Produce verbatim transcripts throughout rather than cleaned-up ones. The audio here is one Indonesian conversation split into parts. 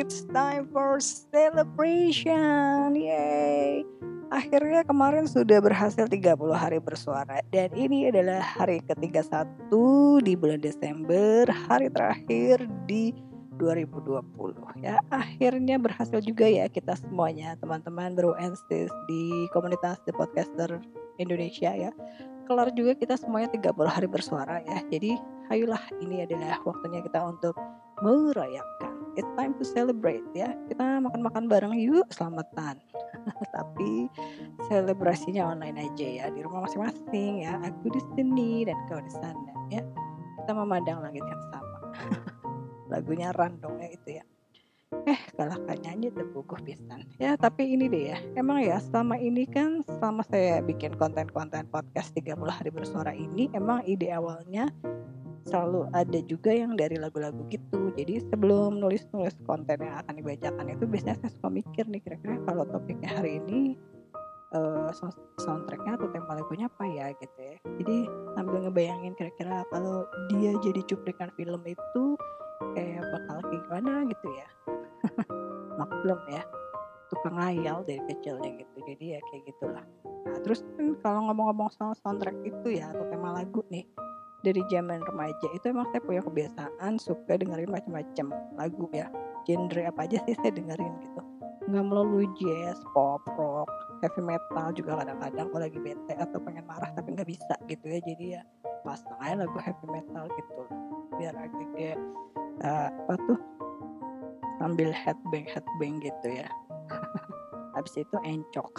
It's time for celebration. Yay. Akhirnya kemarin sudah berhasil tiga puluh hari bersuara. Dan ini adalah hari ke tiga puluh satu di bulan Desember. Hari terakhir di dua ribu dua puluh. Ya, akhirnya berhasil juga ya kita semuanya, teman-teman Bro and Sis di komunitas The Podcaster Indonesia ya. Kelar juga kita semuanya tiga puluh hari bersuara ya. Jadi ayolah, ini adalah waktunya kita untuk merayakan. It's time to celebrate ya. Kita makan-makan bareng yuk, selamatan. Tapi selebrasinya online aja ya, di rumah masing-masing ya. Aku di sini dan kau di sana ya. Kita memandang langit yang sama. Lagunya random ya itu ya. Eh kalahkan nyanyi terbukuh pisan. Ya tapi ini deh ya. Emang ya selama ini kan, selama saya bikin konten-konten podcast tiga puluh hari bersuara ini, emang ide awalnya selalu ada juga yang dari lagu-lagu gitu. Jadi sebelum nulis-nulis konten yang akan dibacakan itu biasanya saya suka mikir nih, kira-kira kalau topiknya hari ini uh, soundtracknya atau tema lagunya apa ya gitu ya. Jadi sambil ngebayangin kira-kira kalau dia jadi cuplikan film itu kayak bakal kayak gimana gitu ya. Maklum ya, tukang ngayal dari kecilnya gitu. Jadi ya kayak gitulah. Nah terus kan kalau ngomong-ngomong soal soundtrack itu ya atau tema lagu nih, dari zaman remaja itu emang saya punya kebiasaan suka dengerin macam-macam lagu ya. Genre apa aja sih saya dengerin gitu. Nggak melulu jazz, pop, rock, heavy metal juga kadang-kadang kalau lagi bete atau pengen marah tapi nggak bisa gitu ya. Jadi ya pasang aja lagu heavy metal gitu lah. Biar agak-agak uh, apa tuh sambil headbang headbang gitu ya. Habis itu encok.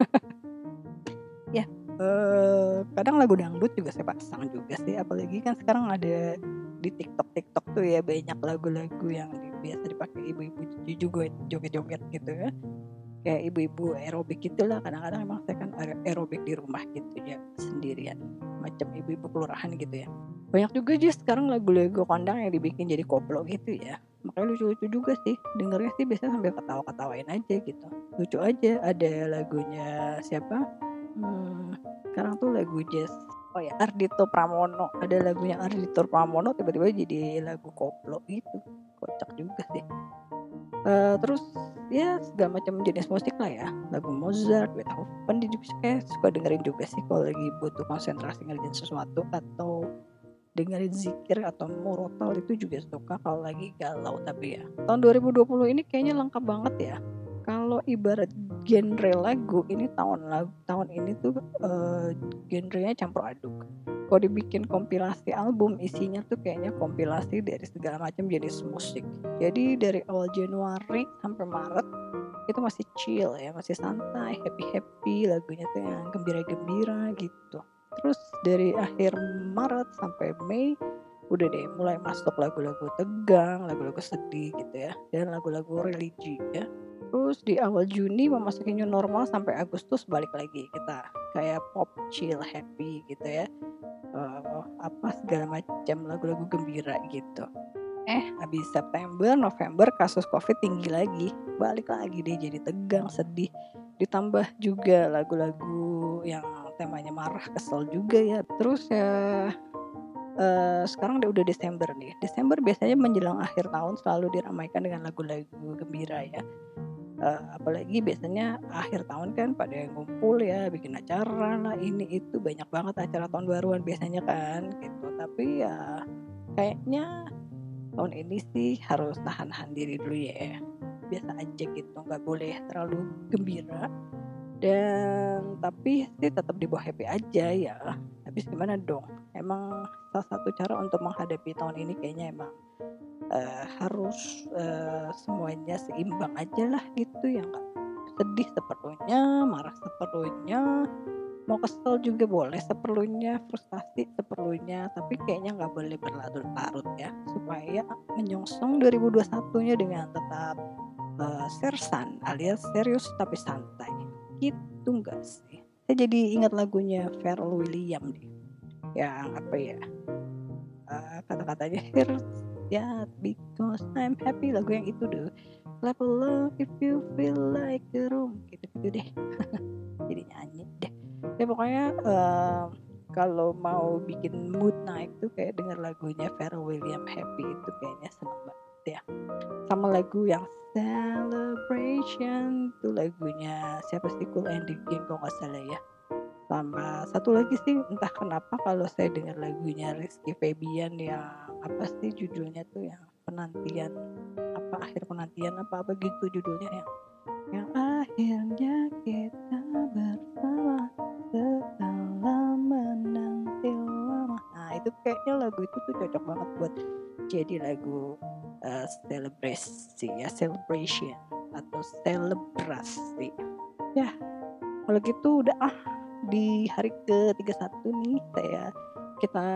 Ya. Uh, kadang lagu dangdut juga saya pasang juga sih, apalagi kan sekarang ada di TikTok TikTok tuh ya banyak lagu-lagu yang di, biasa dipakai ibu-ibu juga joget-joget gitu ya, kayak ibu-ibu aerobik gitulah. Kadang-kadang emang saya kan aerobik di rumah gitu ya sendirian, macam ibu-ibu kelurahan gitu ya. Banyak juga aja sekarang lagu-lagu kondang yang dibikin jadi koplo gitu ya, makanya lucu-lucu juga sih dengernya sih, biasanya sambil ketawa-ketawain aja gitu, lucu aja. Ada lagunya siapa Hmm, sekarang tuh lagu jazz, oh ya Ardhito Pramono, ada lagunya Ardhito Pramono tiba-tiba jadi lagu koplo gitu, kocak juga sih. Uh, terus ya segala macam jenis musik lah ya, lagu Mozart, Beethoven, di kayak suka dengerin juga sih kalau lagi butuh konsentrasi ngerjain sesuatu, atau dengerin zikir atau murotal itu juga suka kalau lagi galau. Tapi ya tahun dua ribu dua puluh ini kayaknya lengkap banget ya. Kalau ibarat genre lagu ini, tahun lagu tahun ini tuh uh, genrenya campur aduk. Kalau dibikin kompilasi album, isinya tuh kayaknya kompilasi dari segala macam jenis musik. Jadi dari awal Januari sampai Maret itu masih chill ya, masih santai, happy-happy, lagunya tuh yang gembira-gembira gitu. Terus dari akhir Maret sampai Mei udah deh mulai masuk lagu-lagu tegang, lagu-lagu sedih gitu ya, dan lagu-lagu religi ya. Terus di awal Juni memasuki new normal sampai Agustus balik lagi kita kayak pop, chill, happy gitu ya. Uh, apa segala macam lagu-lagu gembira gitu. Eh habis September, November kasus Covid tinggi lagi, balik lagi deh jadi tegang, sedih. Ditambah juga lagu-lagu yang temanya marah, kesel juga ya. Terus ya uh, sekarang udah Desember nih. Desember biasanya menjelang akhir tahun selalu diramaikan dengan lagu-lagu gembira ya. Uh, apalagi biasanya akhir tahun kan pada ngumpul ya, bikin acara lah, ini itu banyak banget acara tahun baruan biasanya kan gitu. Tapi ya kayaknya tahun ini sih harus tahan-tahan diri dulu ya, biasa aja gitu, nggak boleh terlalu gembira, dan tapi sih tetap dibawa happy aja ya. Habis gimana dong, emang salah satu cara untuk menghadapi tahun ini kayaknya emang Uh, harus uh, semuanya seimbang aja lah gitu ya, nggak sedih seperlunya, marah seperlunya, mau kesel juga boleh seperlunya, frustasi seperlunya, tapi kayaknya nggak boleh berlarut-larut ya, supaya menyongsong dua ribu dua puluh satu-nya dengan tetap uh, sersan alias serius tapi santai gitu, nggak sih? Saya jadi ingat lagunya Pharrell Williams nih, yang apa ya, uh, kata-katanya here ya, because I'm happy, lagu yang itu deh, clap along if you feel like a room, gitu-gitu deh. Jadi nyanyi deh. Ya pokoknya uh, kalau mau bikin mood naik tuh kayak denger lagunya Pharrell Williams Happy, itu kayaknya seneng banget ya. sama lagu yang Celebration, itu lagunya siapa sih, Kool and the Gang kalau nggak salah ya. Sama satu lagi sih, entah kenapa kalau saya dengar lagunya Rizky Febian yang apa sih judulnya tuh, yang penantian apa akhir penantian apa apa gitu judulnya, yang yang akhirnya kita bersama setelah menanti lama. Nah itu kayaknya lagu itu tuh cocok banget buat jadi lagu uh, selebrasi ya, celebration atau selebrasi ya. Kalau gitu udah ah, di hari ke tiga puluh satu nih saya kita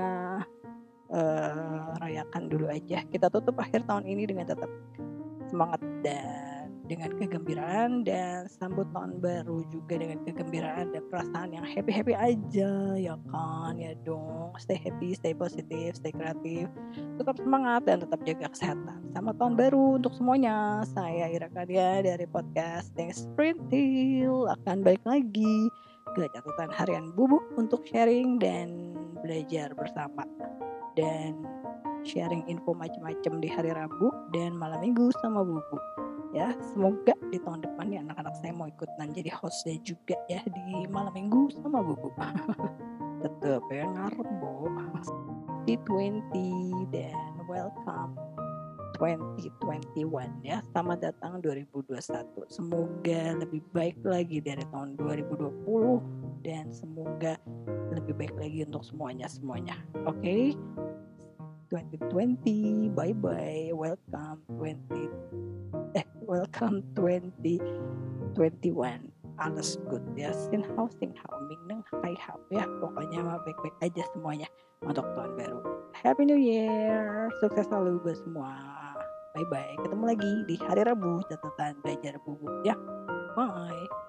uh, rayakan dulu aja. Kita tutup akhir tahun ini dengan tetap semangat dan dengan kegembiraan, dan sambut tahun baru juga dengan kegembiraan dan perasaan yang happy-happy aja ya kan, ya dong. Stay happy, stay positif, stay kreatif, tetap semangat dan tetap jaga kesehatan. Selamat tahun baru untuk semuanya. Saya Ira Kadia dari podcast Thanks Printil akan balik lagi ke catatan harian Bubuk untuk sharing dan belajar bersama dan sharing info macam-macam di hari Rabu dan malam Minggu sama Bubuk. Ya, semoga di tahun depan ya anak-anak saya mau ikutan jadi hostnya juga ya di malam Minggu sama Bubuk. Tetap ya ngarep bu. T dua puluh dan welcome dua ribu dua puluh satu ya. Selamat datang dua ribu dua puluh satu. Semoga lebih baik lagi dari tahun dua ribu dua puluh dan semoga lebih baik lagi untuk semuanya semuanya. Oke. Okay? dua ribu dua puluh, bye bye. Welcome twenty eh welcome twenty twenty-one. Alles good ya, sin hao sing hao ming neng hai hao ya, pokoknya mah baik-baik aja semuanya untuk tahun baru. Happy New Year, sukses selalu buat semua. Bye bye, ketemu lagi di hari Rabu catatan belajar Bubuk ya. Bye.